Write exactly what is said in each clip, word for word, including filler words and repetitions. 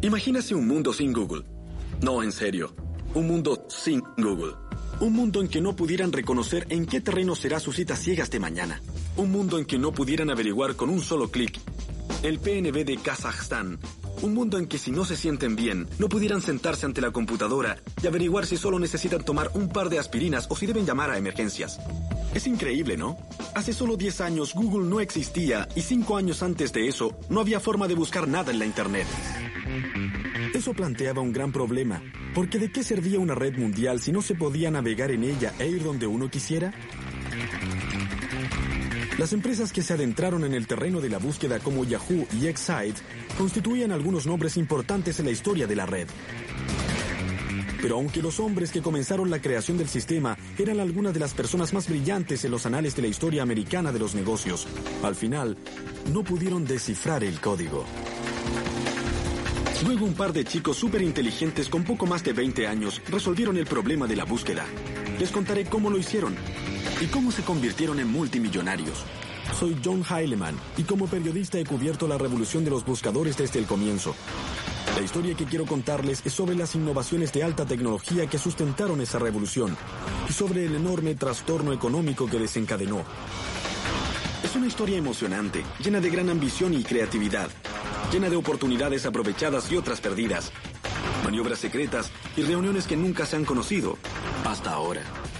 Imagínese un mundo sin Google. No, en serio. Un mundo sin Google. Un mundo en que no pudieran reconocer en qué terreno será su cita ciegas de mañana. Un mundo en que no pudieran averiguar con un solo clic el P N B de Kazajstán. Un mundo en que si no se sienten bien, no pudieran sentarse ante la computadora y averiguar si solo necesitan tomar un par de aspirinas o si deben llamar a emergencias. Es increíble, ¿no? Hace solo diez años Google no existía y cinco años antes de eso no había forma de buscar nada en la Internet. Eso planteaba un gran problema, porque ¿de qué servía una red mundial si no se podía navegar en ella e ir donde uno quisiera? Las empresas que se adentraron en el terreno de la búsqueda como Yahoo y Excite constituían algunos nombres importantes en la historia de la red. Pero aunque los hombres que comenzaron la creación del sistema eran algunas de las personas más brillantes en los anales de la historia americana de los negocios, al final no pudieron descifrar el código. Luego un par de chicos súper inteligentes con poco más de veinte años resolvieron el problema de la búsqueda. Les contaré cómo lo hicieron y cómo se convirtieron en multimillonarios. Soy John Heilemann y como periodista he cubierto la revolución de los buscadores desde el comienzo. La historia que quiero contarles es sobre las innovaciones de alta tecnología que sustentaron esa revolución y sobre el enorme trastorno económico que desencadenó. Es una historia emocionante, llena de gran ambición y creatividad, llena de oportunidades aprovechadas y otras perdidas, maniobras secretas y reuniones que nunca se han conocido hasta ahora.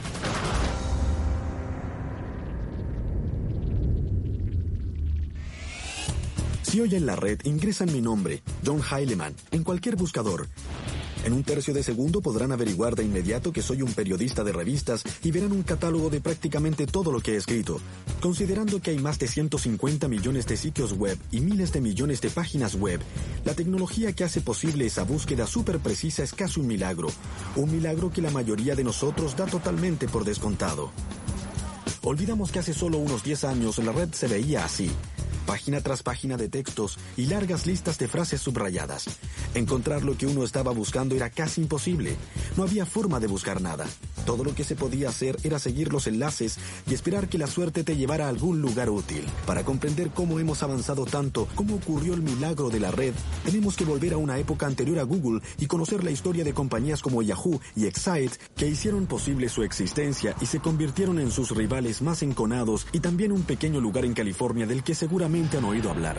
Si hoy en la red ingresan mi nombre, John Heilemann, en cualquier buscador, en un tercio de segundo podrán averiguar de inmediato que soy un periodista de revistas y verán un catálogo de prácticamente todo lo que he escrito. Considerando que hay más de ciento cincuenta millones de sitios web y miles de millones de páginas web, la tecnología que hace posible esa búsqueda súper precisa es casi un milagro. Un milagro que la mayoría de nosotros da totalmente por descontado. Olvidamos que hace solo unos diez años la red se veía así. Página tras página de textos y largas listas de frases subrayadas. Encontrar lo que uno estaba buscando era casi imposible. No había forma de buscar nada. Todo lo que se podía hacer era seguir los enlaces y esperar que la suerte te llevara a algún lugar útil. Para comprender cómo hemos avanzado tanto, cómo ocurrió el milagro de la red, tenemos que volver a una época anterior a Google y conocer la historia de compañías como Yahoo y Excite que hicieron posible su existencia y se convirtieron en sus rivales más enconados y también un pequeño lugar en California del que seguramente han oído hablar.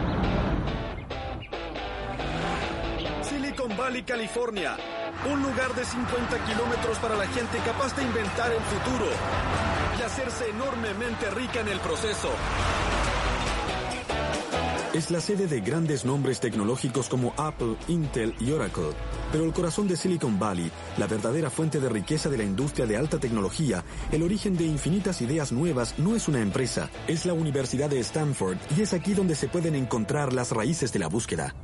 Silicon Valley, California. Un lugar de cincuenta kilómetros para la gente capaz de inventar el futuro y hacerse enormemente rica en el proceso. Es la sede de grandes nombres tecnológicos como Apple, Intel y Oracle. Pero el corazón de Silicon Valley, la verdadera fuente de riqueza de la industria de alta tecnología, el origen de infinitas ideas nuevas, no es una empresa, es la Universidad de Stanford y es aquí donde se pueden encontrar las raíces de la búsqueda.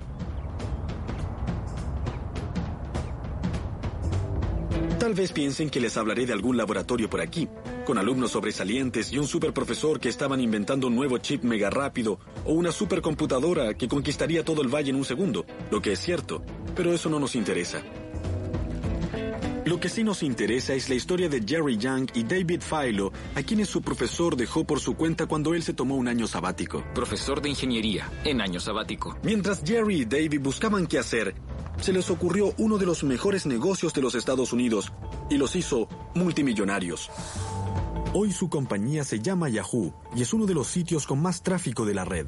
Tal vez piensen que les hablaré de algún laboratorio por aquí, con alumnos sobresalientes y un superprofesor que estaban inventando un nuevo chip mega rápido o una supercomputadora que conquistaría todo el valle en un segundo, lo que es cierto, pero eso no nos interesa. Lo que sí nos interesa es la historia de Jerry Yang y David Filo, a quienes su profesor dejó por su cuenta cuando él se tomó un año sabático. Profesor de ingeniería, en año sabático. Mientras Jerry y David buscaban qué hacer, se les ocurrió uno de los mejores negocios de los Estados Unidos y los hizo multimillonarios. Hoy su compañía se llama Yahoo y es uno de los sitios con más tráfico de la red.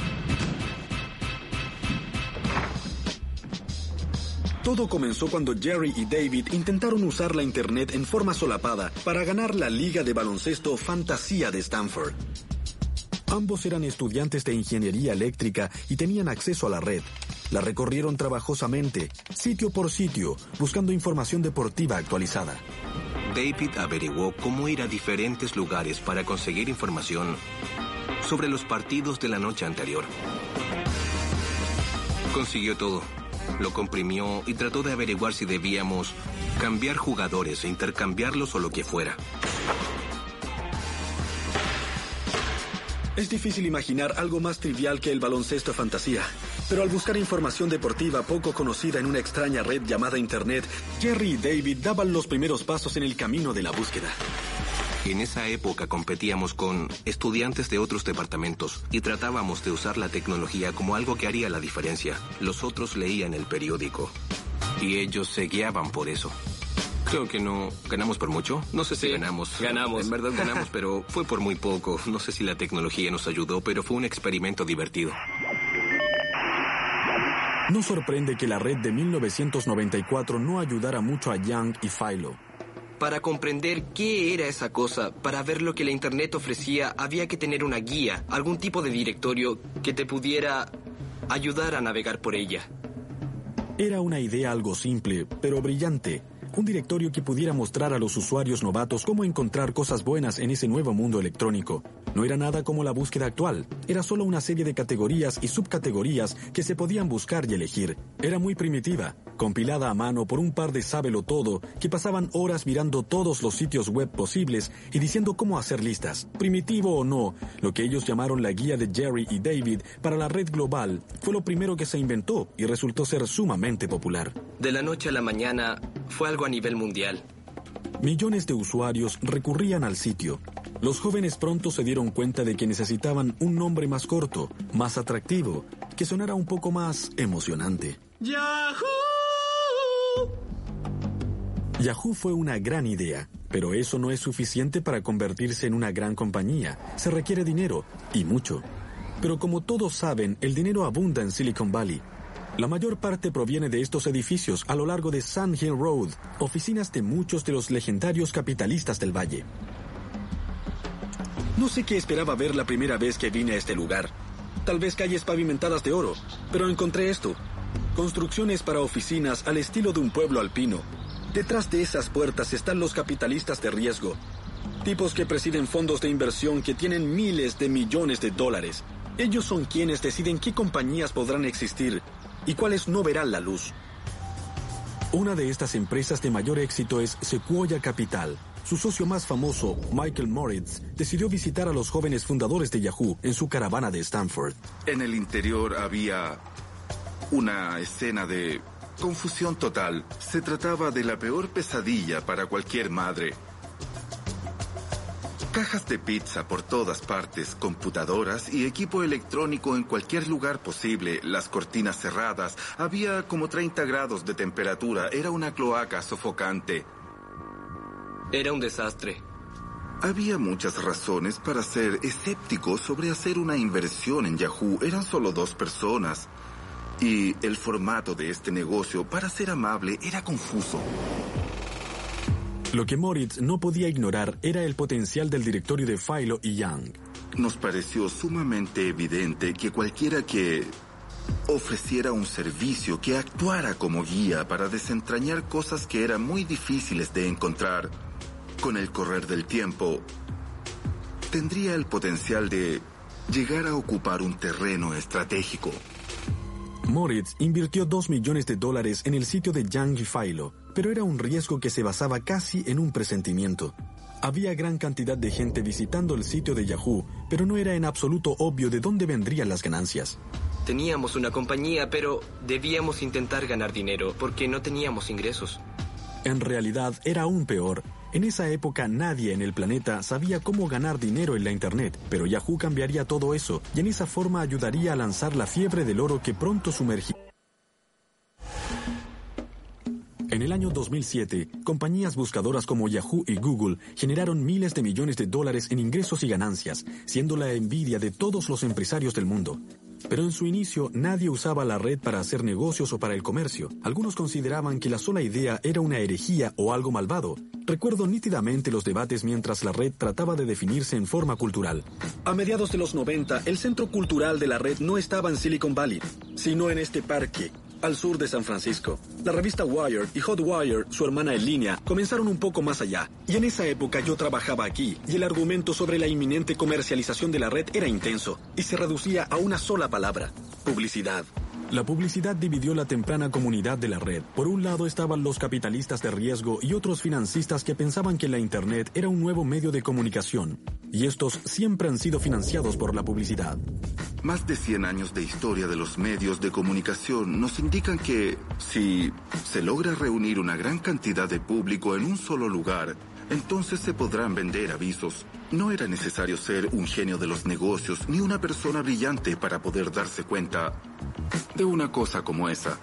Todo comenzó cuando Jerry y David intentaron usar la Internet en forma solapada para ganar la liga de baloncesto Fantasía de Stanford. Ambos eran estudiantes de ingeniería eléctrica y tenían acceso a la red. La recorrieron trabajosamente, sitio por sitio, buscando información deportiva actualizada. David averiguó cómo ir a diferentes lugares para conseguir información sobre los partidos de la noche anterior. Consiguió todo. Lo comprimió y trató de averiguar si debíamos cambiar jugadores e intercambiarlos o lo que fuera. Es difícil imaginar algo más trivial que el baloncesto fantasía, pero al buscar información deportiva poco conocida en una extraña red llamada Internet, Jerry y David daban los primeros pasos en el camino de la búsqueda. En esa época competíamos con estudiantes de otros departamentos y tratábamos de usar la tecnología como algo que haría la diferencia. Los otros leían el periódico y ellos se guiaban por eso. Creo que no ganamos por mucho. No sé si Sí, ganamos. ganamos. En verdad ganamos, pero fue por muy poco. No sé si la tecnología nos ayudó, pero fue un experimento divertido. No sorprende que la red de mil novecientos noventa y cuatro no ayudara mucho a Young y Philo. Para comprender qué era esa cosa, para ver lo que la Internet ofrecía, había que tener una guía, algún tipo de directorio que te pudiera ayudar a navegar por ella. Era una idea algo simple, pero brillante. Un directorio que pudiera mostrar a los usuarios novatos cómo encontrar cosas buenas en ese nuevo mundo electrónico. No era nada como la búsqueda actual. Era solo una serie de categorías y subcategorías que se podían buscar y elegir. Era muy primitiva, compilada a mano por un par de sábelo-todo que pasaban horas mirando todos los sitios web posibles y diciendo cómo hacer listas. Primitivo o no, lo que ellos llamaron la guía de Jerry y David para la red global fue lo primero que se inventó y resultó ser sumamente popular. De la noche a la mañana, fue algo a nivel mundial. Millones de usuarios recurrían al sitio. Los jóvenes pronto se dieron cuenta de que necesitaban un nombre más corto, más atractivo, que sonara un poco más emocionante. ¡Yahoo! Yahoo fue una gran idea, pero eso no es suficiente para convertirse en una gran compañía. Se requiere dinero, y mucho. Pero como todos saben, el dinero abunda en Silicon Valley. La mayor parte proviene de estos edificios a lo largo de Sand Hill Road, oficinas de muchos de los legendarios capitalistas del valle. No sé qué esperaba ver la primera vez que vine a este lugar. Tal vez calles pavimentadas de oro, pero encontré esto. Construcciones para oficinas al estilo de un pueblo alpino. Detrás de esas puertas están los capitalistas de riesgo. Tipos que presiden fondos de inversión que tienen miles de millones de dólares. Ellos son quienes deciden qué compañías podrán existir y cuáles no verán la luz. Una de estas empresas de mayor éxito es Sequoia Capital. Su socio más famoso, Michael Moritz, decidió visitar a los jóvenes fundadores de Yahoo en su caravana de Stanford. En el interior había una escena de confusión total. Se trataba de la peor pesadilla para cualquier madre. Cajas de pizza por todas partes, computadoras y equipo electrónico en cualquier lugar posible, las cortinas cerradas, había como treinta grados de temperatura, era una cloaca sofocante. Era un desastre. Había muchas razones para ser escéptico sobre hacer una inversión en Yahoo, eran solo dos personas. Y el formato de este negocio, para ser amable, era confuso. Lo que Moritz no podía ignorar era el potencial del directorio de Philo y Young. Nos pareció sumamente evidente que cualquiera que ofreciera un servicio que actuara como guía para desentrañar cosas que eran muy difíciles de encontrar, con el correr del tiempo, tendría el potencial de llegar a ocupar un terreno estratégico. Moritz invirtió dos millones de dólares en el sitio de Young y Philo, pero era un riesgo que se basaba casi en un presentimiento. Había gran cantidad de gente visitando el sitio de Yahoo, pero no era en absoluto obvio de dónde vendrían las ganancias. Teníamos una compañía, pero debíamos intentar ganar dinero porque no teníamos ingresos. En realidad, era aún peor. En esa época nadie en el planeta sabía cómo ganar dinero en la Internet, pero Yahoo cambiaría todo eso y en esa forma ayudaría a lanzar la fiebre del oro que pronto sumergiría. En el año dos mil siete, compañías buscadoras como Yahoo y Google generaron miles de millones de dólares en ingresos y ganancias, siendo la envidia de todos los empresarios del mundo. Pero en su inicio nadie usaba la red para hacer negocios o para el comercio. Algunos consideraban que la sola idea era una herejía o algo malvado. Recuerdo nítidamente los debates mientras la red trataba de definirse en forma cultural. A mediados de los noventa, el centro cultural de la red no estaba en Silicon Valley, sino en este parque, al sur de San Francisco. La revista Wired y Hotwire, su hermana en línea, comenzaron un poco más allá. Y en esa época yo trabajaba aquí, y el argumento sobre la inminente comercialización de la red era intenso, y se reducía a una sola palabra: publicidad. La publicidad dividió la temprana comunidad de la red. Por un lado estaban los capitalistas de riesgo y otros financistas que pensaban que la Internet era un nuevo medio de comunicación, y estos siempre han sido financiados por la publicidad. Más de cien años de historia de los medios de comunicación nos indican que si se logra reunir una gran cantidad de público en un solo lugar, entonces se podrán vender avisos. No era necesario ser un genio de los negocios ni una persona brillante para poder darse cuenta de una cosa como esa.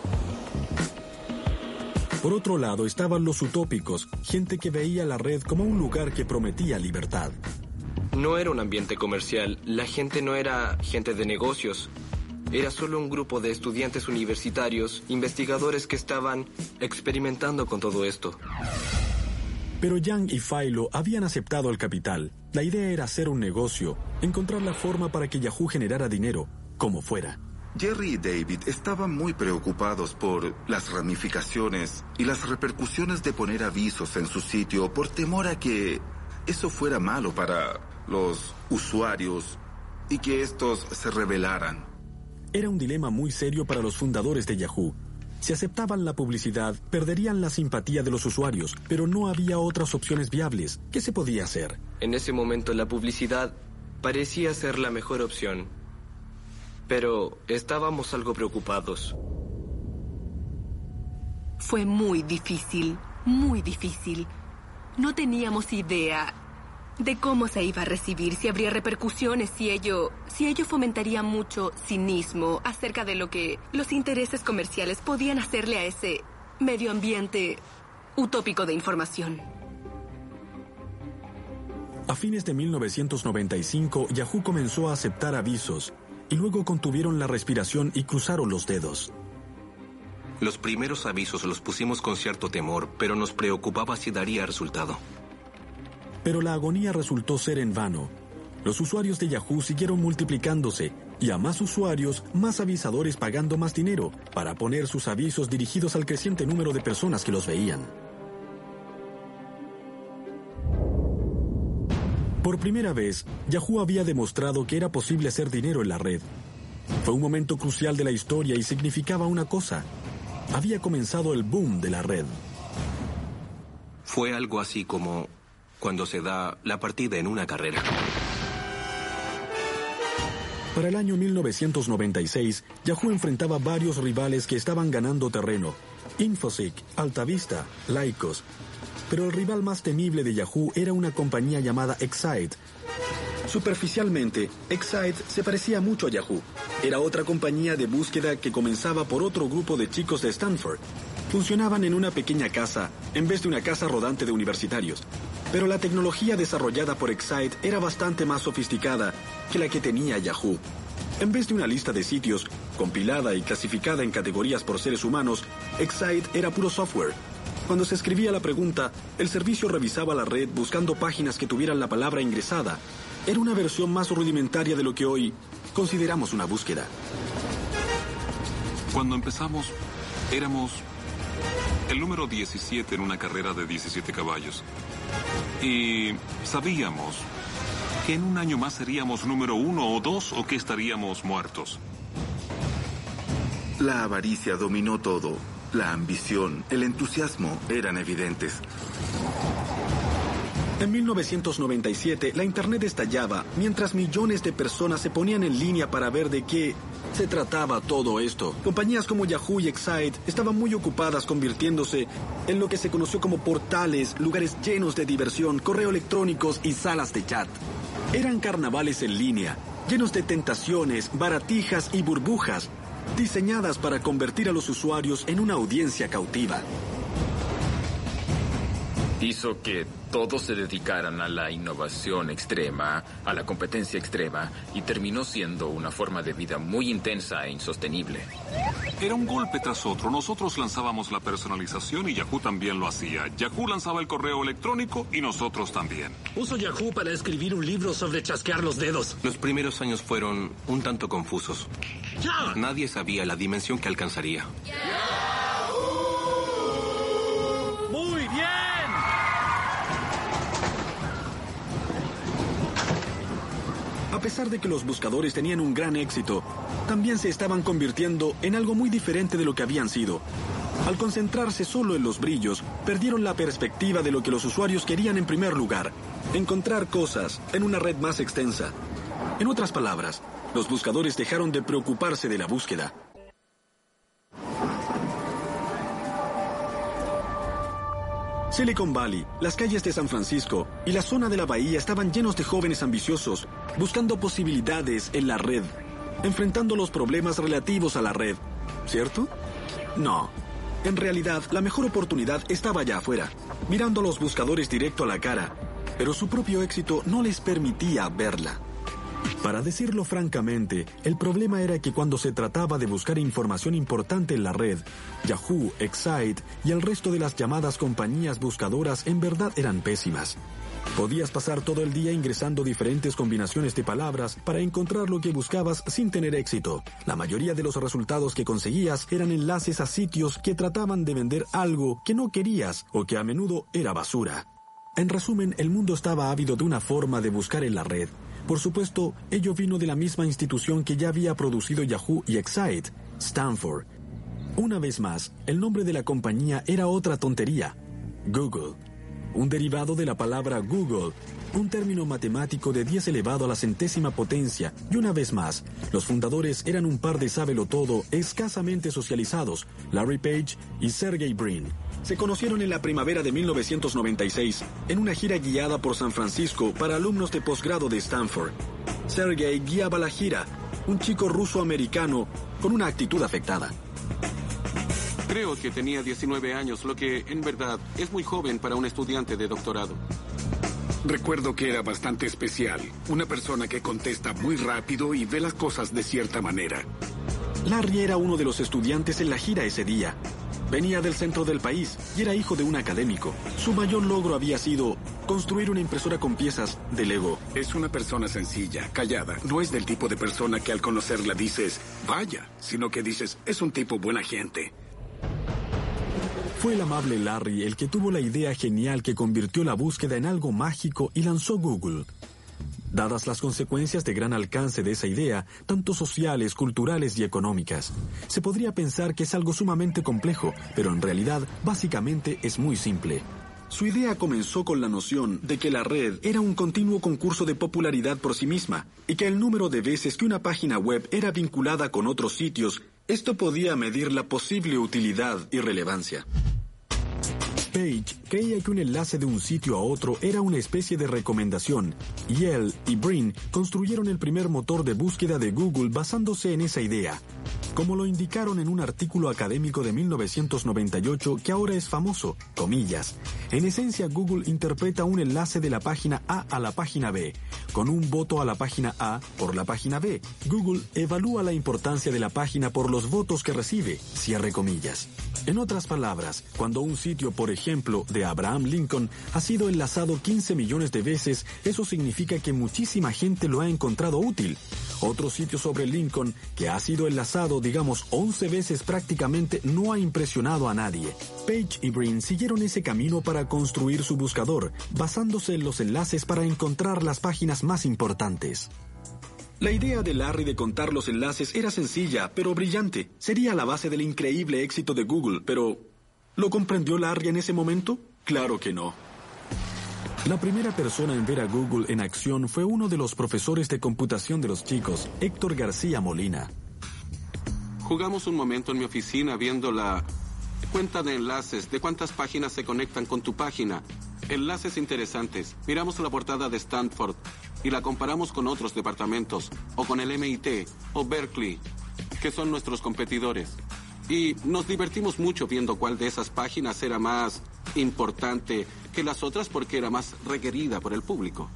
Por otro lado estaban los utópicos, gente que veía la red como un lugar que prometía libertad. No era un ambiente comercial, la gente no era gente de negocios. Era solo un grupo de estudiantes universitarios, investigadores que estaban experimentando con todo esto. Pero Yang y Philo habían aceptado el capital. La idea era hacer un negocio, encontrar la forma para que Yahoo generara dinero, como fuera. Jerry y David estaban muy preocupados por las ramificaciones y las repercusiones de poner avisos en su sitio por temor a que eso fuera malo para los usuarios y que estos se rebelaran. Era un dilema muy serio para los fundadores de Yahoo. Si aceptaban la publicidad, perderían la simpatía de los usuarios, pero no había otras opciones viables. ¿Qué se podía hacer? En ese momento la publicidad parecía ser la mejor opción. Pero estábamos algo preocupados. Fue muy difícil, muy difícil. No teníamos idea de cómo se iba a recibir, si habría repercusiones, si ello, si ello fomentaría mucho cinismo acerca de lo que los intereses comerciales podían hacerle a ese medio ambiente utópico de información. A fines de mil novecientos noventa y cinco, Yahoo comenzó a aceptar avisos y luego contuvieron la respiración y cruzaron los dedos. Los primeros avisos los pusimos con cierto temor, pero nos preocupaba si daría resultado. Pero la agonía resultó ser en vano. Los usuarios de Yahoo siguieron multiplicándose, y a más usuarios, más avisadores pagando más dinero para poner sus avisos dirigidos al creciente número de personas que los veían. Por primera vez, Yahoo había demostrado que era posible hacer dinero en la red. Fue un momento crucial de la historia y significaba una cosa. Había comenzado el boom de la red. Fue algo así como cuando se da la partida en una carrera. Para el año mil novecientos noventa y seis, Yahoo enfrentaba varios rivales que estaban ganando terreno. Infoseek, Altavista, Lycos. Pero el rival más temible de Yahoo era una compañía llamada Excite. Superficialmente, Excite se parecía mucho a Yahoo. Era otra compañía de búsqueda que comenzaba por otro grupo de chicos de Stanford. Funcionaban en una pequeña casa, en vez de una casa rodante de universitarios. Pero la tecnología desarrollada por Excite era bastante más sofisticada que la que tenía Yahoo. En vez de una lista de sitios, compilada y clasificada en categorías por seres humanos, Excite era puro software. Cuando se escribía la pregunta, el servicio revisaba la red buscando páginas que tuvieran la palabra ingresada. Era una versión más rudimentaria de lo que hoy consideramos una búsqueda. Cuando empezamos, éramos el número diecisiete en una carrera de diecisiete caballos. Y sabíamos que en un año más seríamos número uno o dos o que estaríamos muertos. La avaricia dominó todo. La ambición, el entusiasmo eran evidentes. En mil novecientos noventa y siete, la Internet estallaba, mientras millones de personas se ponían en línea para ver de qué se trataba todo esto. Compañías como Yahoo y Excite estaban muy ocupadas convirtiéndose en lo que se conoció como portales, lugares llenos de diversión, correo electrónicos y salas de chat. Eran carnavales en línea, llenos de tentaciones, baratijas y burbujas, diseñadas para convertir a los usuarios en una audiencia cautiva. Hizo que todos se dedicaran a la innovación extrema, a la competencia extrema, y terminó siendo una forma de vida muy intensa e insostenible. Era un golpe tras otro. Nosotros lanzábamos la personalización y Yahoo también lo hacía. Yahoo lanzaba el correo electrónico y nosotros también. Uso Yahoo para escribir un libro sobre chasquear los dedos. Los primeros años fueron un tanto confusos. ¡Ya! Nadie sabía la dimensión que alcanzaría. ¡Muy bien! A pesar de que los buscadores tenían un gran éxito, también se estaban convirtiendo en algo muy diferente de lo que habían sido. Al concentrarse solo en los brillos, perdieron la perspectiva de lo que los usuarios querían en primer lugar: encontrar cosas en una red más extensa. En otras palabras, los buscadores dejaron de preocuparse de la búsqueda. Silicon Valley, las calles de San Francisco y la zona de la bahía estaban llenos de jóvenes ambiciosos, buscando posibilidades en la red, enfrentando los problemas relativos a la red, ¿cierto? No. En realidad, la mejor oportunidad estaba allá afuera, mirando a los buscadores directo a la cara, pero su propio éxito no les permitía verla. Para decirlo francamente, el problema era que cuando se trataba de buscar información importante en la red, Yahoo, Excite y el resto de las llamadas compañías buscadoras en verdad eran pésimas. Podías pasar todo el día ingresando diferentes combinaciones de palabras para encontrar lo que buscabas sin tener éxito. La mayoría de los resultados que conseguías eran enlaces a sitios que trataban de vender algo que no querías o que a menudo era basura. En resumen, el mundo estaba ávido de una forma de buscar en la red. Por supuesto, ello vino de la misma institución que ya había producido Yahoo y Excite, Stanford. Una vez más, el nombre de la compañía era otra tontería: Google. Un derivado de la palabra Google, un término matemático de diez elevado a la centésima potencia, y una vez más, los fundadores eran un par de sábelotodo escasamente socializados, Larry Page y Sergey Brin. Se conocieron en la primavera de mil novecientos noventa y seis, en una gira guiada por San Francisco para alumnos de posgrado de Stanford. Sergey guiaba la gira, un chico ruso-americano con una actitud afectada. Creo que tenía diecinueve años, lo que en verdad es muy joven para un estudiante de doctorado. Recuerdo que era bastante especial, una persona que contesta muy rápido y ve las cosas de cierta manera. Larry era uno de los estudiantes en la gira ese día. Venía del centro del país y era hijo de un académico. Su mayor logro había sido construir una impresora con piezas de Lego. Es una persona sencilla, callada. No es del tipo de persona que al conocerla dices, vaya, sino que dices, es un tipo buena gente. Fue el amable Larry el que tuvo la idea genial que convirtió la búsqueda en algo mágico y lanzó Google. Dadas las consecuencias de gran alcance de esa idea, tanto sociales, culturales y económicas, se podría pensar que es algo sumamente complejo, pero en realidad, básicamente es muy simple. Su idea comenzó con la noción de que la red era un continuo concurso de popularidad por sí misma, y que el número de veces que una página web era vinculada con otros sitios, esto podía medir la posible utilidad y relevancia. Page creía que un enlace de un sitio a otro era una especie de recomendación, y él y Brin construyeron el primer motor de búsqueda de Google basándose en esa idea, como lo indicaron en un artículo académico de mil novecientos noventa y ocho que ahora es famoso, comillas. En esencia, Google interpreta un enlace de la página A a la página B, con un voto a la página A por la página B. Google evalúa la importancia de la página por los votos que recibe, cierre comillas. En otras palabras, cuando un sitio, por ejemplo, de Abraham Lincoln ha sido enlazado quince millones de veces, eso significa que muchísima gente lo ha encontrado útil. Otro sitio sobre Lincoln, que ha sido enlazado, digamos, once veces prácticamente, no ha impresionado a nadie. Page y Brin siguieron ese camino para construir su buscador, basándose en los enlaces para encontrar las páginas más importantes. La idea de Larry de contar los enlaces era sencilla, pero brillante. Sería la base del increíble éxito de Google, pero ¿lo comprendió Larry en ese momento? Claro que no. La primera persona en ver a Google en acción fue uno de los profesores de computación de los chicos, Héctor García Molina. Jugamos un momento en mi oficina viendo la cuenta de enlaces, de cuántas páginas se conectan con tu página. Enlaces interesantes. Miramos la portada de Stanford y la comparamos con otros departamentos, o con el M I T, o Berkeley, que son nuestros competidores. Y nos divertimos mucho viendo cuál de esas páginas era más importante que las otras porque era más requerida por el público.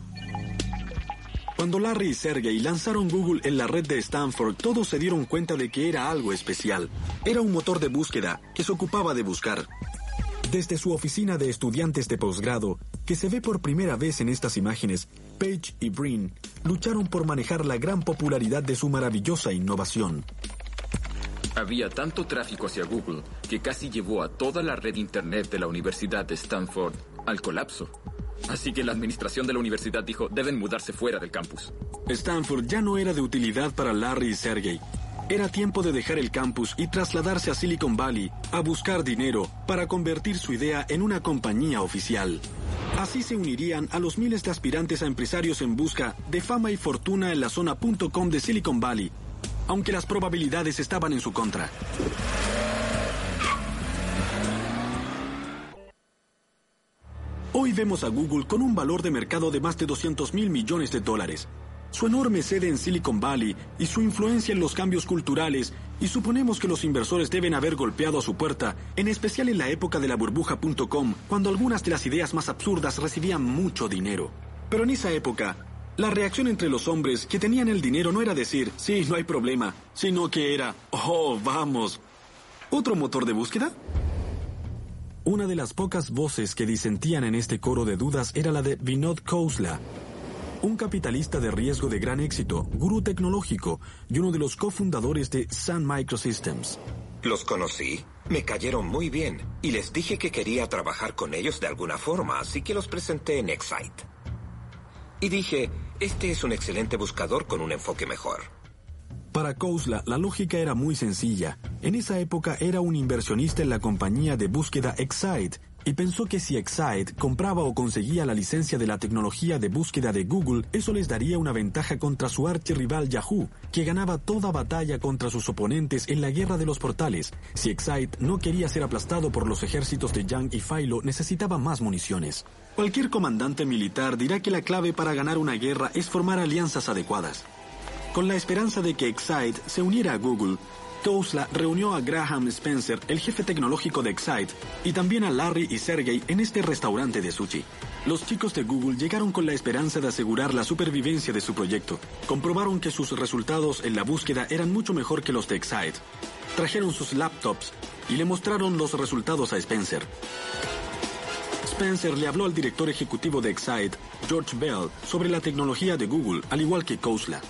Cuando Larry y Sergey lanzaron Google en la red de Stanford, todos se dieron cuenta de que era algo especial. Era un motor de búsqueda que se ocupaba de buscar. Desde su oficina de estudiantes de posgrado, que se ve por primera vez en estas imágenes, Page y Brin lucharon por manejar la gran popularidad de su maravillosa innovación. Había tanto tráfico hacia Google que casi llevó a toda la red internet de la Universidad de Stanford al colapso. Así que la administración de la universidad dijo, deben mudarse fuera del campus. Stanford ya no era de utilidad para Larry y Sergey. Era tiempo de dejar el campus y trasladarse a Silicon Valley a buscar dinero para convertir su idea en una compañía oficial. Así se unirían a los miles de aspirantes a empresarios en busca de fama y fortuna en la zona .com de Silicon Valley, aunque las probabilidades estaban en su contra. Hoy vemos a Google con un valor de mercado de más de doscientos mil millones de dólares. Su enorme sede en Silicon Valley y su influencia en los cambios culturales, y suponemos que los inversores deben haber golpeado a su puerta, en especial en la época de la burbuja punto com, cuando algunas de las ideas más absurdas recibían mucho dinero. Pero en esa época, la reacción entre los hombres que tenían el dinero no era decir, sí, no hay problema, sino que era, oh, vamos. ¿Otro motor de búsqueda? Una de las pocas voces que disentían en este coro de dudas era la de Vinod Khosla, un capitalista de riesgo de gran éxito, gurú tecnológico y uno de los cofundadores de Sun Microsystems. Los conocí, me cayeron muy bien y les dije que quería trabajar con ellos de alguna forma, así que los presenté en Excite. Y dije, este es un excelente buscador con un enfoque mejor. Para Khosla, la lógica era muy sencilla. En esa época era un inversionista en la compañía de búsqueda Excite y pensó que si Excite compraba o conseguía la licencia de la tecnología de búsqueda de Google, eso les daría una ventaja contra su archirrival Yahoo, que ganaba toda batalla contra sus oponentes en la guerra de los portales. Si Excite no quería ser aplastado por los ejércitos de Yang y Philo, necesitaba más municiones. Cualquier comandante militar dirá que la clave para ganar una guerra es formar alianzas adecuadas. Con la esperanza de que Excite se uniera a Google, Khosla reunió a Graham Spencer, el jefe tecnológico de Excite, y también a Larry y Sergey en este restaurante de sushi. Los chicos de Google llegaron con la esperanza de asegurar la supervivencia de su proyecto. Comprobaron que sus resultados en la búsqueda eran mucho mejor que los de Excite. Trajeron sus laptops y le mostraron los resultados a Spencer. Spencer le habló al director ejecutivo de Excite, George Bell, sobre la tecnología de Google, al igual que Khosla.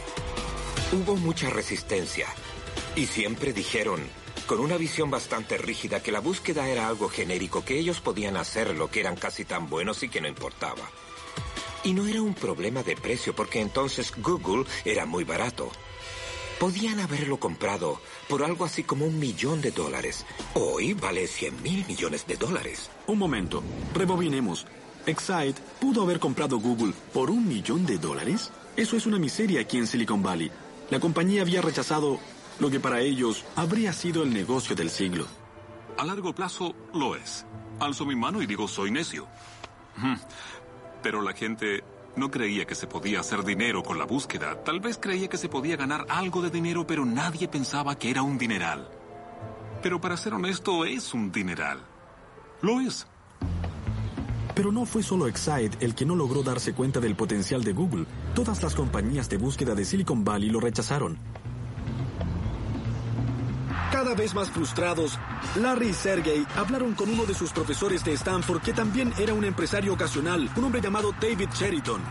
Hubo mucha resistencia y siempre dijeron, con una visión bastante rígida, que la búsqueda era algo genérico, que ellos podían hacerlo, que eran casi tan buenos y que no importaba. Y no era un problema de precio, porque entonces Google era muy barato. Podían haberlo comprado por algo así como un millón de dólares. Hoy vale cien mil millones de dólares. Un momento, rebobinemos. Excite pudo haber comprado Google por un millón de dólares. Eso es una miseria aquí en Silicon Valley. La compañía había rechazado lo que para ellos habría sido el negocio del siglo. A largo plazo lo es. Alzo mi mano y digo, soy necio. Pero la gente no creía que se podía hacer dinero con la búsqueda. Tal vez creía que se podía ganar algo de dinero, pero nadie pensaba que era un dineral. Pero para ser honesto, es un dineral. Lo es. Pero no fue solo Excite el que no logró darse cuenta del potencial de Google. Todas las compañías de búsqueda de Silicon Valley lo rechazaron. Cada vez más frustrados, Larry y Sergey hablaron con uno de sus profesores de Stanford, que también era un empresario ocasional, un hombre llamado David Cheriton.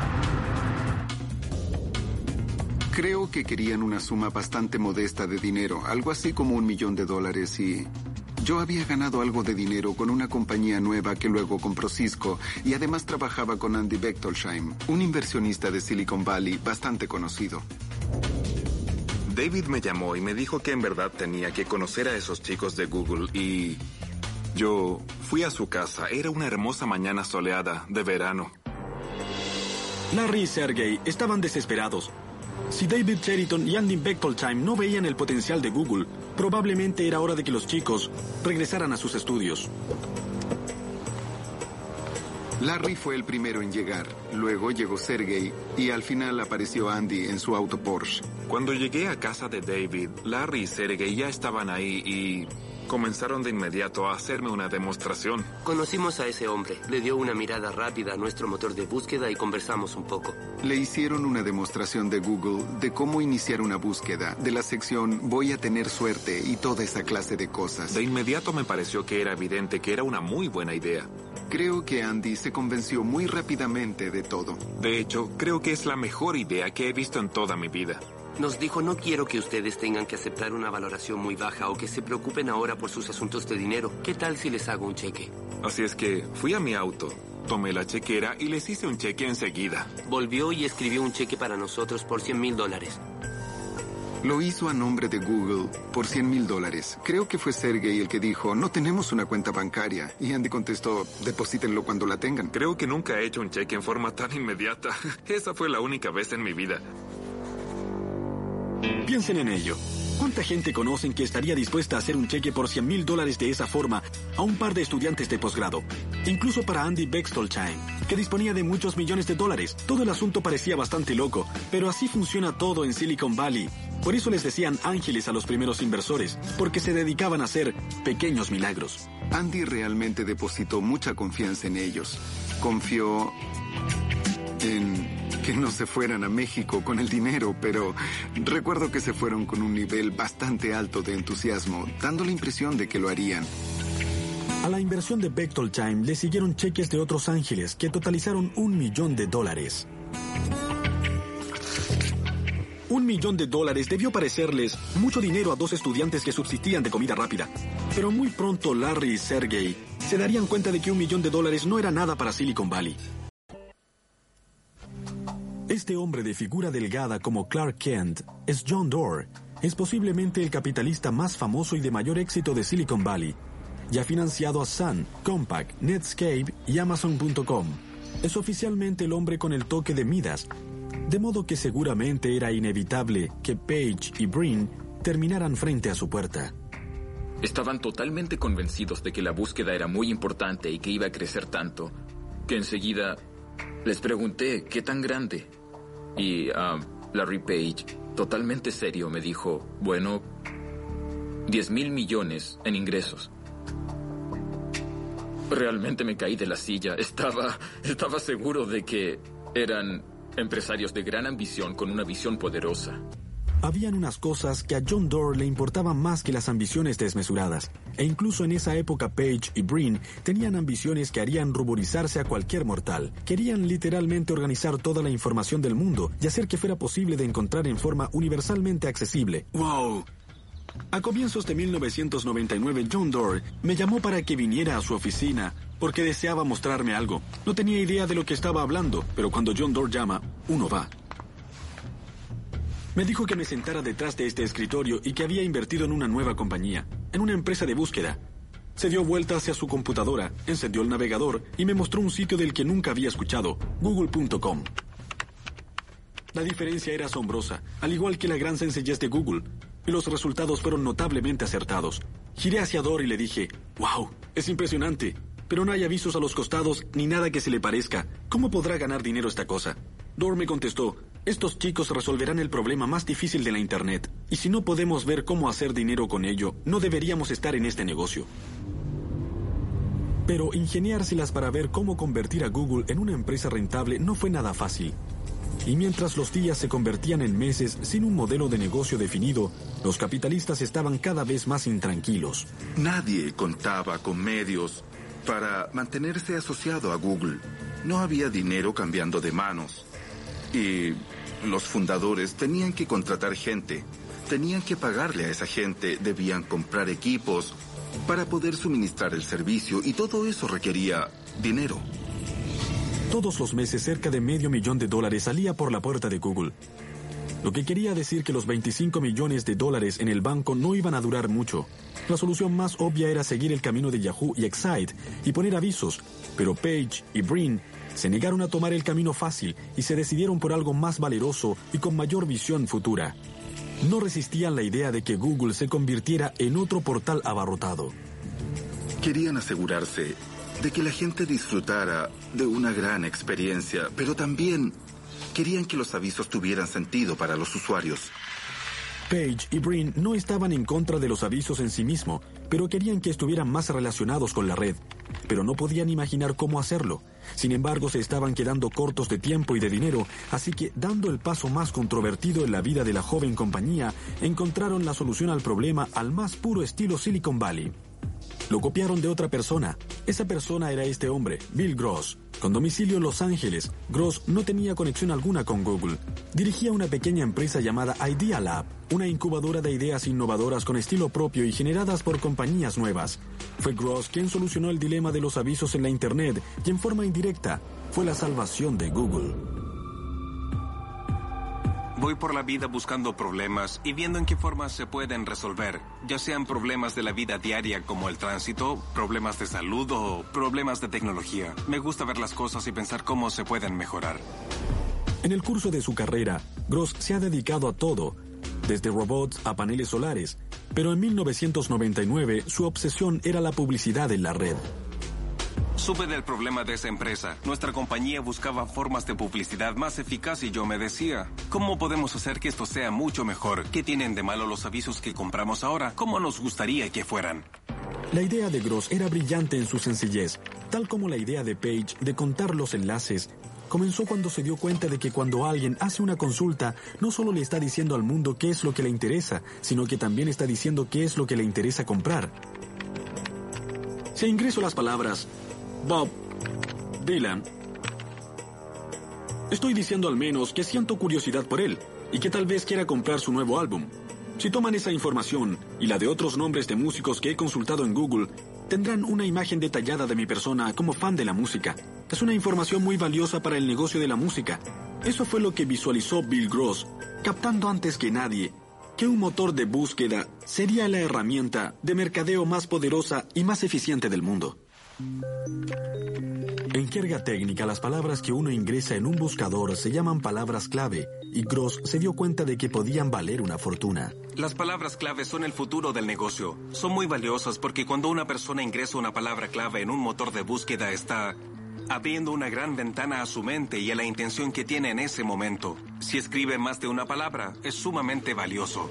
Creo que querían una suma bastante modesta de dinero, algo así como un millón de dólares, y yo había ganado algo de dinero con una compañía nueva que luego compró Cisco, y además trabajaba con Andy Bechtolsheim, un inversionista de Silicon Valley bastante conocido. David me llamó y me dijo que en verdad tenía que conocer a esos chicos de Google, y yo fui a su casa. Era una hermosa mañana soleada de verano. Larry y Sergey estaban desesperados. Si David Cheriton y Andy Bechtolsheim no veían el potencial de Google, probablemente era hora de que los chicos regresaran a sus estudios. Larry fue el primero en llegar, luego llegó Sergey y al final apareció Andy en su auto Porsche. Cuando llegué a casa de David, Larry y Sergey ya estaban ahí y comenzaron de inmediato a hacerme una demostración. Conocimos a ese hombre, le dio una mirada rápida a nuestro motor de búsqueda y conversamos un poco. Le hicieron una demostración de Google, de cómo iniciar una búsqueda, de la sección voy a tener suerte y toda esa clase de cosas. De inmediato me pareció que era evidente que era una muy buena idea. Creo que Andy se convenció muy rápidamente de todo. De hecho, creo que es la mejor idea que he visto en toda mi vida. Nos dijo, no quiero que ustedes tengan que aceptar una valoración muy baja o que se preocupen ahora por sus asuntos de dinero. ¿Qué tal si les hago un cheque? Así es que fui a mi auto, tomé la chequera y les hice un cheque enseguida. Volvió y escribió un cheque para nosotros por cien mil dólares. Lo hizo a nombre de Google por cien mil dólares. Creo que fue Sergey el que dijo, no tenemos una cuenta bancaria. Y Andy contestó, deposítenlo cuando la tengan. Creo que nunca he hecho un cheque en forma tan inmediata. Esa fue la única vez en mi vida. Piensen en ello. ¿Cuánta gente conocen que estaría dispuesta a hacer un cheque por cien mil dólares de esa forma a un par de estudiantes de posgrado? Incluso para Andy Bechtolsheim, que disponía de muchos millones de dólares. Todo el asunto parecía bastante loco, pero así funciona todo en Silicon Valley. Por eso les decían ángeles a los primeros inversores, porque se dedicaban a hacer pequeños milagros. Andy realmente depositó mucha confianza en ellos. Confió en que no se fueran a México con el dinero, pero recuerdo que se fueron con un nivel bastante alto de entusiasmo, dando la impresión de que lo harían. A la inversión de Bechtolsheim le siguieron cheques de otros ángeles que totalizaron un millón de dólares. Un millón de dólares debió parecerles mucho dinero a dos estudiantes que subsistían de comida rápida. Pero muy pronto Larry y Sergey se darían cuenta de que un millón de dólares no era nada para Silicon Valley. Este hombre de figura delgada como Clark Kent es John Doerr. Es posiblemente el capitalista más famoso y de mayor éxito de Silicon Valley. Y ha financiado a Sun, Compaq, Netscape y Amazon punto com. Es oficialmente el hombre con el toque de Midas, de modo que seguramente era inevitable que Page y Brin terminaran frente a su puerta. Estaban totalmente convencidos de que la búsqueda era muy importante y que iba a crecer tanto, que enseguida les pregunté qué tan grande. Y uh, Larry Page, totalmente serio, me dijo, bueno, diez mil millones en ingresos. Realmente me caí de la silla. Estaba, estaba seguro de que eran empresarios de gran ambición con una visión poderosa. Habían unas cosas que a John Doerr le importaban más que las ambiciones desmesuradas. E incluso en esa época Page y Brin tenían ambiciones que harían ruborizarse a cualquier mortal. Querían literalmente organizar toda la información del mundo y hacer que fuera posible de encontrar en forma universalmente accesible. ¡Wow! A comienzos de mil novecientos noventa y nueve, John Doerr me llamó para que viniera a su oficina porque deseaba mostrarme algo. No tenía idea de lo que estaba hablando, pero cuando John Doerr llama, uno va. Me dijo que me sentara detrás de este escritorio y que había invertido en una nueva compañía, en una empresa de búsqueda. Se dio vuelta hacia su computadora, encendió el navegador y me mostró un sitio del que nunca había escuchado, google punto com. La diferencia era asombrosa, al igual que la gran sencillez de Google, y los resultados fueron notablemente acertados. Giré hacia Doerr y le dije, «Wow, es impresionante, pero no hay avisos a los costados ni nada que se le parezca. ¿Cómo podrá ganar dinero esta cosa?» Doerr me contestó, «Estos chicos resolverán el problema más difícil de la Internet, y si no podemos ver cómo hacer dinero con ello, no deberíamos estar en este negocio». Pero ingeniárselas para ver cómo convertir a Google en una empresa rentable no fue nada fácil. Y mientras los días se convertían en meses sin un modelo de negocio definido, los capitalistas estaban cada vez más intranquilos. Nadie contaba con medios para mantenerse asociado a Google. No había dinero cambiando de manos. Y los fundadores tenían que contratar gente. Tenían que pagarle a esa gente. Debían comprar equipos para poder suministrar el servicio. Y todo eso requería dinero. Todos los meses cerca de medio millón de dólares salía por la puerta de Google. Lo que quería decir que los veinticinco millones de dólares en el banco no iban a durar mucho. La solución más obvia era seguir el camino de Yahoo y Excite y poner avisos, pero Page y Brin se negaron a tomar el camino fácil y se decidieron por algo más valeroso y con mayor visión futura. No resistían la idea de que Google se convirtiera en otro portal abarrotado. Querían asegurarse de que la gente disfrutara de una gran experiencia, pero también querían que los avisos tuvieran sentido para los usuarios. Page y Brin no estaban en contra de los avisos en sí mismo, pero querían que estuvieran más relacionados con la red. Pero no podían imaginar cómo hacerlo. Sin embargo, se estaban quedando cortos de tiempo y de dinero, así que, dando el paso más controvertido en la vida de la joven compañía, encontraron la solución al problema al más puro estilo Silicon Valley. Lo copiaron de otra persona. Esa persona era este hombre, Bill Gross. Con domicilio en Los Ángeles, Gross no tenía conexión alguna con Google. Dirigía una pequeña empresa llamada Idea Lab, una incubadora de ideas innovadoras con estilo propio y generadas por compañías nuevas. Fue Gross quien solucionó el dilema de los avisos en la Internet y en forma indirecta fue la salvación de Google. Voy por la vida buscando problemas y viendo en qué formas se pueden resolver, ya sean problemas de la vida diaria como el tránsito, problemas de salud o problemas de tecnología. Me gusta ver las cosas y pensar cómo se pueden mejorar. En el curso de su carrera, Gross se ha dedicado a todo, desde robots a paneles solares, pero en mil novecientos noventa y nueve su obsesión era la publicidad en la red. Supe del problema de esa empresa. Nuestra compañía buscaba formas de publicidad más eficaz y yo me decía, ¿cómo podemos hacer que esto sea mucho mejor? ¿Qué tienen de malo los avisos que compramos ahora? ¿Cómo nos gustaría que fueran? La idea de Gross era brillante en su sencillez, tal como la idea de Page de contar los enlaces. Comenzó cuando se dio cuenta de que cuando alguien hace una consulta, no solo le está diciendo al mundo qué es lo que le interesa, sino que también está diciendo qué es lo que le interesa comprar. Si ingreso las palabras Bob Dylan, estoy diciendo al menos que siento curiosidad por él y que tal vez quiera comprar su nuevo álbum. Si toman esa información y la de otros nombres de músicos que he consultado en Google, tendrán una imagen detallada de mi persona como fan de la música. Es una información muy valiosa para el negocio de la música. Eso fue lo que visualizó Bill Gross, captando antes que nadie que un motor de búsqueda sería la herramienta de mercadeo más poderosa y más eficiente del mundo. En jerga técnica, las palabras que uno ingresa en un buscador se llaman palabras clave, y Gross se dio cuenta de que podían valer una fortuna. Las palabras clave son el futuro del negocio. Son muy valiosas porque cuando una persona ingresa una palabra clave en un motor de búsqueda está abriendo una gran ventana a su mente y a la intención que tiene en ese momento. Si escribe más de una palabra, es sumamente valioso.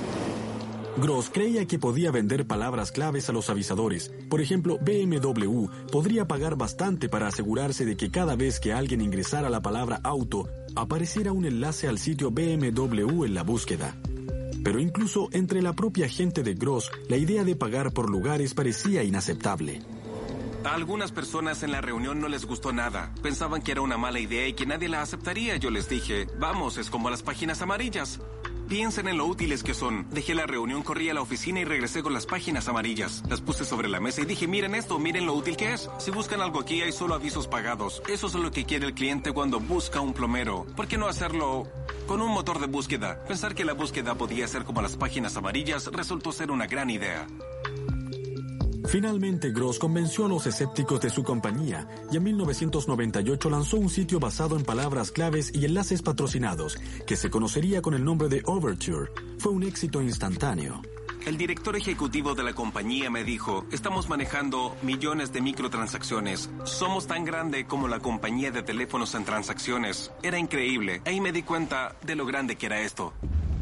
Gross creía que podía vender palabras claves a los avisadores. Por ejemplo, B M W podría pagar bastante para asegurarse de que cada vez que alguien ingresara la palabra auto, apareciera un enlace al sitio B M W en la búsqueda. Pero incluso entre la propia gente de Gross, la idea de pagar por lugares parecía inaceptable. A algunas personas en la reunión no les gustó nada. Pensaban que era una mala idea y que nadie la aceptaría. Yo les dije, vamos, es como las páginas amarillas. Piensen en lo útiles que son. Dejé la reunión, corrí a la oficina y regresé con las páginas amarillas. Las puse sobre la mesa y dije, miren esto, miren lo útil que es. Si buscan algo aquí, hay solo avisos pagados. Eso es lo que quiere el cliente cuando busca un plomero. ¿Por qué no hacerlo con un motor de búsqueda? Pensar que la búsqueda podía ser como las páginas amarillas resultó ser una gran idea. Finalmente, Gross convenció a los escépticos de su compañía y en mil novecientos noventa y ocho lanzó un sitio basado en palabras claves y enlaces patrocinados, que se conocería con el nombre de Overture. Fue un éxito instantáneo. El director ejecutivo de la compañía me dijo, estamos manejando millones de microtransacciones. Somos tan grande como la compañía de teléfonos en transacciones. Era increíble. Ahí me di cuenta de lo grande que era esto.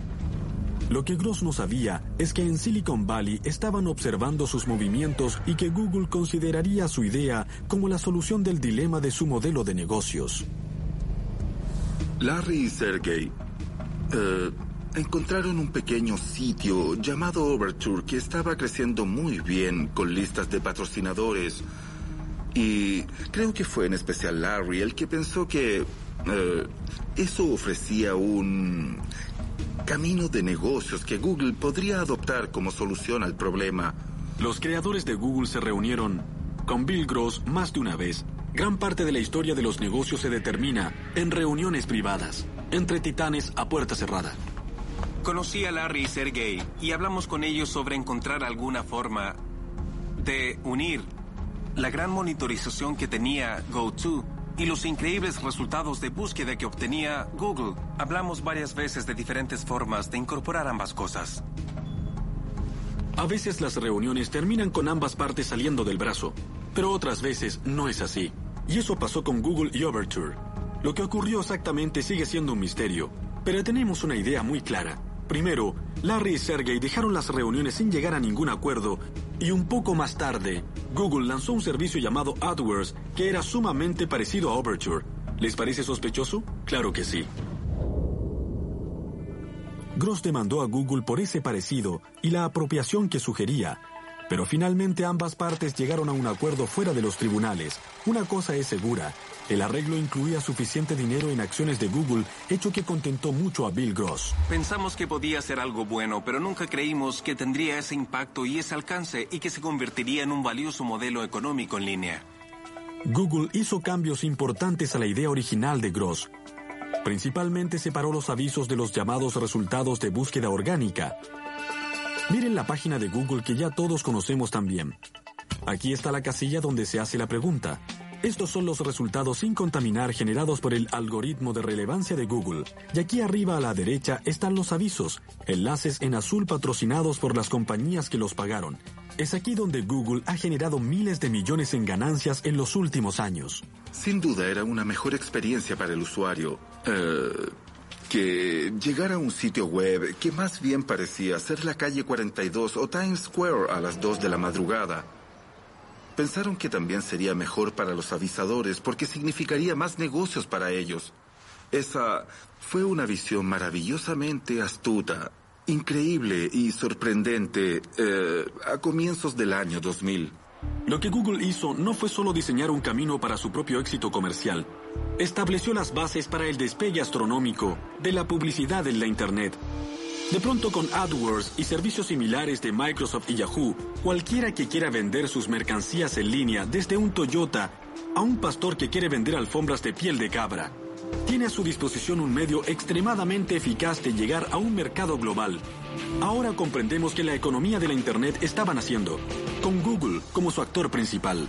Lo que Gross no sabía es que en Silicon Valley estaban observando sus movimientos y que Google consideraría su idea como la solución del dilema de su modelo de negocios. Larry y Sergey eh, encontraron un pequeño sitio llamado Overture que estaba creciendo muy bien con listas de patrocinadores. Y creo que fue en especial Larry el que pensó que eh, eso ofrecía un camino de negocios que Google podría adoptar como solución al problema. Los creadores de Google se reunieron con Bill Gross más de una vez. Gran parte de la historia de los negocios se determina en reuniones privadas, entre titanes a puerta cerrada. Conocí a Larry y Sergey y hablamos con ellos sobre encontrar alguna forma de unir la gran monitorización que tenía GoTo y los increíbles resultados de búsqueda que obtenía Google. Hablamos varias veces de diferentes formas de incorporar ambas cosas. A veces las reuniones terminan con ambas partes saliendo del brazo, pero otras veces no es así. Y eso pasó con Google y Overture. Lo que ocurrió exactamente sigue siendo un misterio, pero tenemos una idea muy clara. Primero, Larry y Sergey dejaron las reuniones sin llegar a ningún acuerdo, y un poco más tarde, Google lanzó un servicio llamado AdWords que era sumamente parecido a Overture. ¿Les parece sospechoso? Claro que sí. Gross demandó a Google por ese parecido y la apropiación que sugería, pero finalmente ambas partes llegaron a un acuerdo fuera de los tribunales. Una cosa es segura, el arreglo incluía suficiente dinero en acciones de Google, hecho que contentó mucho a Bill Gross. Pensamos que podía ser algo bueno, pero nunca creímos que tendría ese impacto y ese alcance y que se convertiría en un valioso modelo económico en línea. Google hizo cambios importantes a la idea original de Gross. Principalmente separó los avisos de los llamados resultados de búsqueda orgánica. Miren la página de Google que ya todos conocemos también. Aquí está la casilla donde se hace la pregunta. Estos son los resultados sin contaminar generados por el algoritmo de relevancia de Google. Y aquí arriba a la derecha están los avisos, enlaces en azul patrocinados por las compañías que los pagaron. Es aquí donde Google ha generado miles de millones en ganancias en los últimos años. Sin duda era una mejor experiencia para el usuario eh, que llegar a un sitio web que más bien parecía ser la calle cuarenta y dos o Times Square a las dos de la madrugada. Pensaron que también sería mejor para los avisadores porque significaría más negocios para ellos. Esa fue una visión maravillosamente astuta, increíble y sorprendente eh, a comienzos del año dos mil. Lo que Google hizo no fue solo diseñar un camino para su propio éxito comercial. Estableció las bases para el despegue astronómico de la publicidad en la Internet. De pronto, con AdWords y servicios similares de Microsoft y Yahoo, cualquiera que quiera vender sus mercancías en línea, desde un Toyota a un pastor que quiere vender alfombras de piel de cabra, tiene a su disposición un medio extremadamente eficaz de llegar a un mercado global. Ahora comprendemos que la economía de la Internet estaba naciendo, con Google como su actor principal.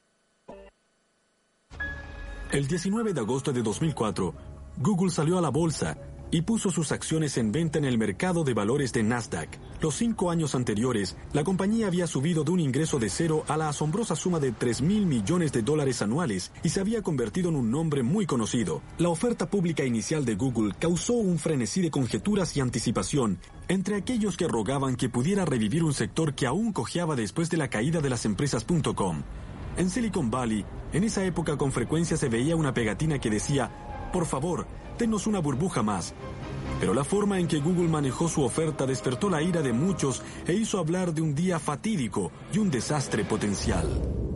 El diecinueve de agosto de dos mil cuatro, Google salió a la bolsa y puso sus acciones en venta en el mercado de valores de Nasdaq. Los cinco años anteriores, la compañía había subido de un ingreso de cero a la asombrosa suma de tres mil millones de dólares anuales y se había convertido en un nombre muy conocido. La oferta pública inicial de Google causó un frenesí de conjeturas y anticipación entre aquellos que rogaban que pudiera revivir un sector que aún cojeaba después de la caída de las empresas punto com. En Silicon Valley, en esa época con frecuencia se veía una pegatina que decía: por favor, denos una burbuja más. Pero la forma en que Google manejó su oferta despertó la ira de muchos e hizo hablar de un día fatídico y un desastre potencial.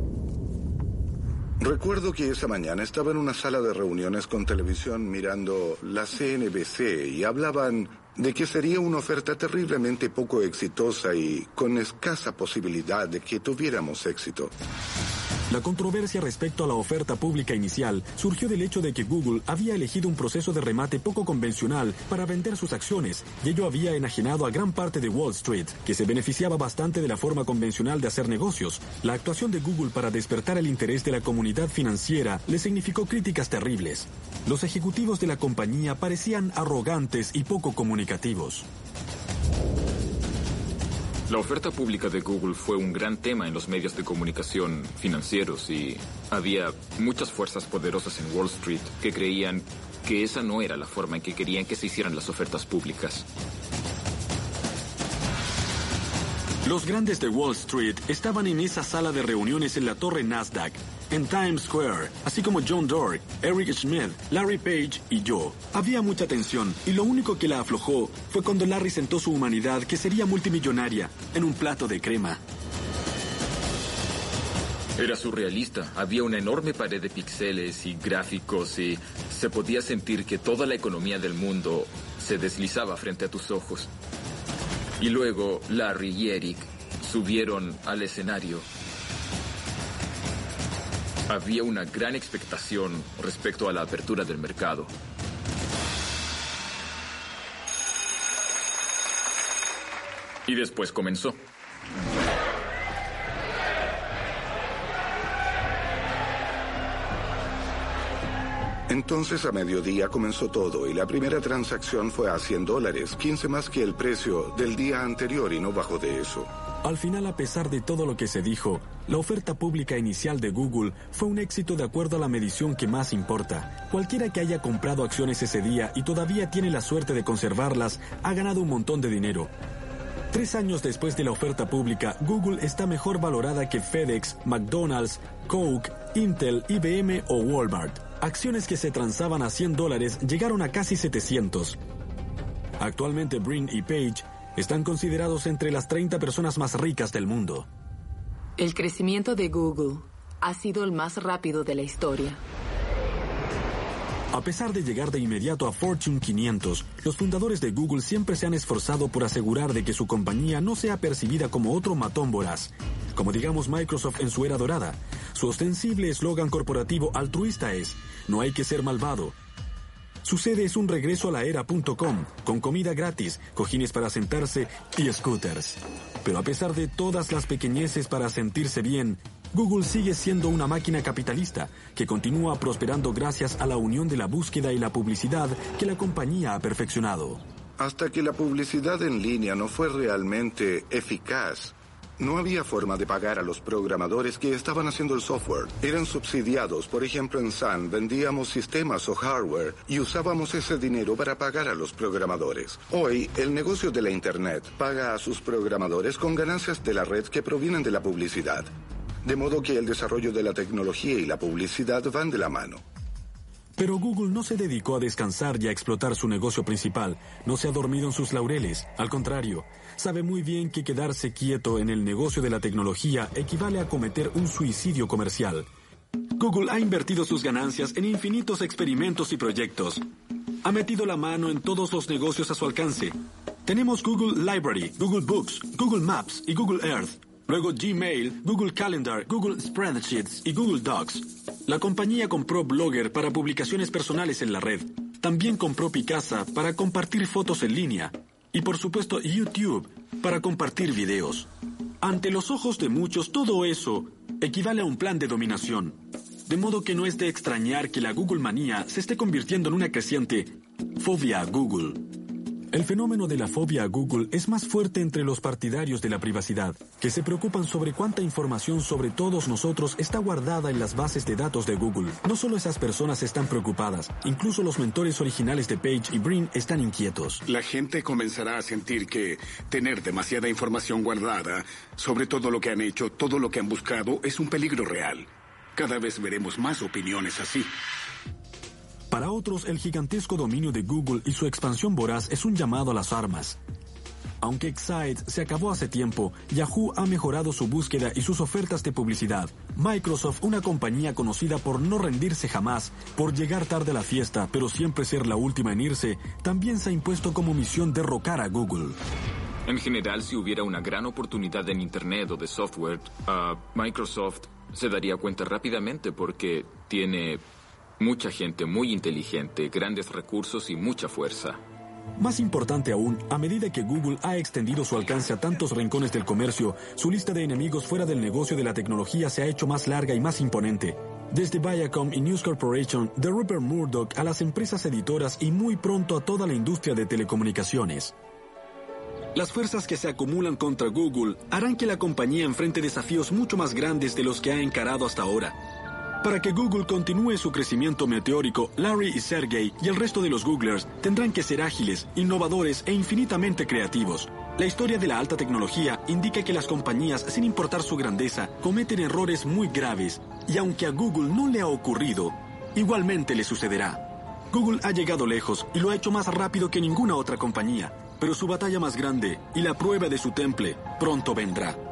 Recuerdo que esa mañana estaba en una sala de reuniones con televisión mirando la C N B C y hablaban de que sería una oferta terriblemente poco exitosa y con escasa posibilidad de que tuviéramos éxito. La controversia respecto a la oferta pública inicial surgió del hecho de que Google había elegido un proceso de remate poco convencional para vender sus acciones, y ello había enajenado a gran parte de Wall Street, que se beneficiaba bastante de la forma convencional de hacer negocios. La actuación de Google para despertar el interés de la comunidad financiera le significó críticas terribles. Los ejecutivos de la compañía parecían arrogantes y poco comunicativos. La oferta pública de Google fue un gran tema en los medios de comunicación financieros y había muchas fuerzas poderosas en Wall Street que creían que esa no era la forma en que querían que se hicieran las ofertas públicas. Los grandes de Wall Street estaban en esa sala de reuniones en la torre Nasdaq, en Times Square, así como John Doerr, Eric Schmidt, Larry Page y yo. Había mucha tensión y lo único que la aflojó fue cuando Larry sentó su humanidad, que sería multimillonaria, en un plato de crema. Era surrealista. Había una enorme pared de píxeles y gráficos y se podía sentir que toda la economía del mundo se deslizaba frente a tus ojos. Y luego Larry y Eric subieron al escenario. Había una gran expectación respecto a la apertura del mercado. Y después comenzó. Entonces a mediodía comenzó todo y la primera transacción fue a cien dólares, quince más que el precio del día anterior y no bajó de eso. Al final, a pesar de todo lo que se dijo, la oferta pública inicial de Google fue un éxito de acuerdo a la medición que más importa. Cualquiera que haya comprado acciones ese día y todavía tiene la suerte de conservarlas, ha ganado un montón de dinero. Tres años después de la oferta pública, Google está mejor valorada que FedEx, McDonald's, Coke, Intel, I B M o Walmart. Acciones que se transaban a cien dólares llegaron a casi setecientos. Actualmente Brin y Page están considerados entre las treinta personas más ricas del mundo. El crecimiento de Google ha sido el más rápido de la historia. A pesar de llegar de inmediato a Fortune quinientos, los fundadores de Google siempre se han esforzado por asegurar de que su compañía no sea percibida como otro matón voraz, como digamos Microsoft en su era dorada. Su ostensible eslogan corporativo altruista es: no hay que ser malvado. Su sede es un regreso a la era punto com, con comida gratis, cojines para sentarse y scooters. Pero a pesar de todas las pequeñeces para sentirse bien, Google sigue siendo una máquina capitalista que continúa prosperando gracias a la unión de la búsqueda y la publicidad que la compañía ha perfeccionado. Hasta que la publicidad en línea no fue realmente eficaz, no había forma de pagar a los programadores que estaban haciendo el software. Eran subsidiados. Por ejemplo, en Sun vendíamos sistemas o hardware y usábamos ese dinero para pagar a los programadores. Hoy, el negocio de la Internet paga a sus programadores con ganancias de la red que provienen de la publicidad. De modo que el desarrollo de la tecnología y la publicidad van de la mano. Pero Google no se dedicó a descansar y a explotar su negocio principal. No se ha dormido en sus laureles. Al contrario, sabe muy bien que quedarse quieto en el negocio de la tecnología equivale a cometer un suicidio comercial. Google ha invertido sus ganancias en infinitos experimentos y proyectos. Ha metido la mano en todos los negocios a su alcance. Tenemos Google Library, Google Books, Google Maps y Google Earth. Luego Gmail, Google Calendar, Google Spreadsheets y Google Docs. La compañía compró Blogger para publicaciones personales en la red. También compró Picasa para compartir fotos en línea. Y por supuesto YouTube para compartir videos. Ante los ojos de muchos, todo eso equivale a un plan de dominación. De modo que no es de extrañar que la Google manía se esté convirtiendo en una creciente fobia a Google. El fenómeno de la fobia a Google es más fuerte entre los partidarios de la privacidad, que se preocupan sobre cuánta información sobre todos nosotros está guardada en las bases de datos de Google. No solo esas personas están preocupadas, incluso los mentores originales de Page y Brin están inquietos. La gente comenzará a sentir que tener demasiada información guardada sobre todo lo que han hecho, todo lo que han buscado, es un peligro real. Cada vez veremos más opiniones así. Para otros, el gigantesco dominio de Google y su expansión voraz es un llamado a las armas. Aunque Excite se acabó hace tiempo, Yahoo ha mejorado su búsqueda y sus ofertas de publicidad. Microsoft, una compañía conocida por no rendirse jamás, por llegar tarde a la fiesta, pero siempre ser la última en irse, también se ha impuesto como misión derrocar a Google. En general, si hubiera una gran oportunidad en Internet o de software, uh, Microsoft se daría cuenta rápidamente porque tiene mucha gente muy inteligente, grandes recursos y mucha fuerza. Más importante aún, a medida que Google ha extendido su alcance a tantos rincones del comercio, su lista de enemigos fuera del negocio de la tecnología se ha hecho más larga y más imponente. Desde Viacom y News Corporation, de Rupert Murdoch a las empresas editoras y muy pronto a toda la industria de telecomunicaciones. Las fuerzas que se acumulan contra Google harán que la compañía enfrente desafíos mucho más grandes de los que ha encarado hasta ahora. Para que Google continúe su crecimiento meteórico, Larry y Sergey y el resto de los Googlers tendrán que ser ágiles, innovadores e infinitamente creativos. La historia de la alta tecnología indica que las compañías, sin importar su grandeza, cometen errores muy graves, y aunque a Google no le ha ocurrido, igualmente le sucederá. Google ha llegado lejos y lo ha hecho más rápido que ninguna otra compañía, pero su batalla más grande y la prueba de su temple pronto vendrá.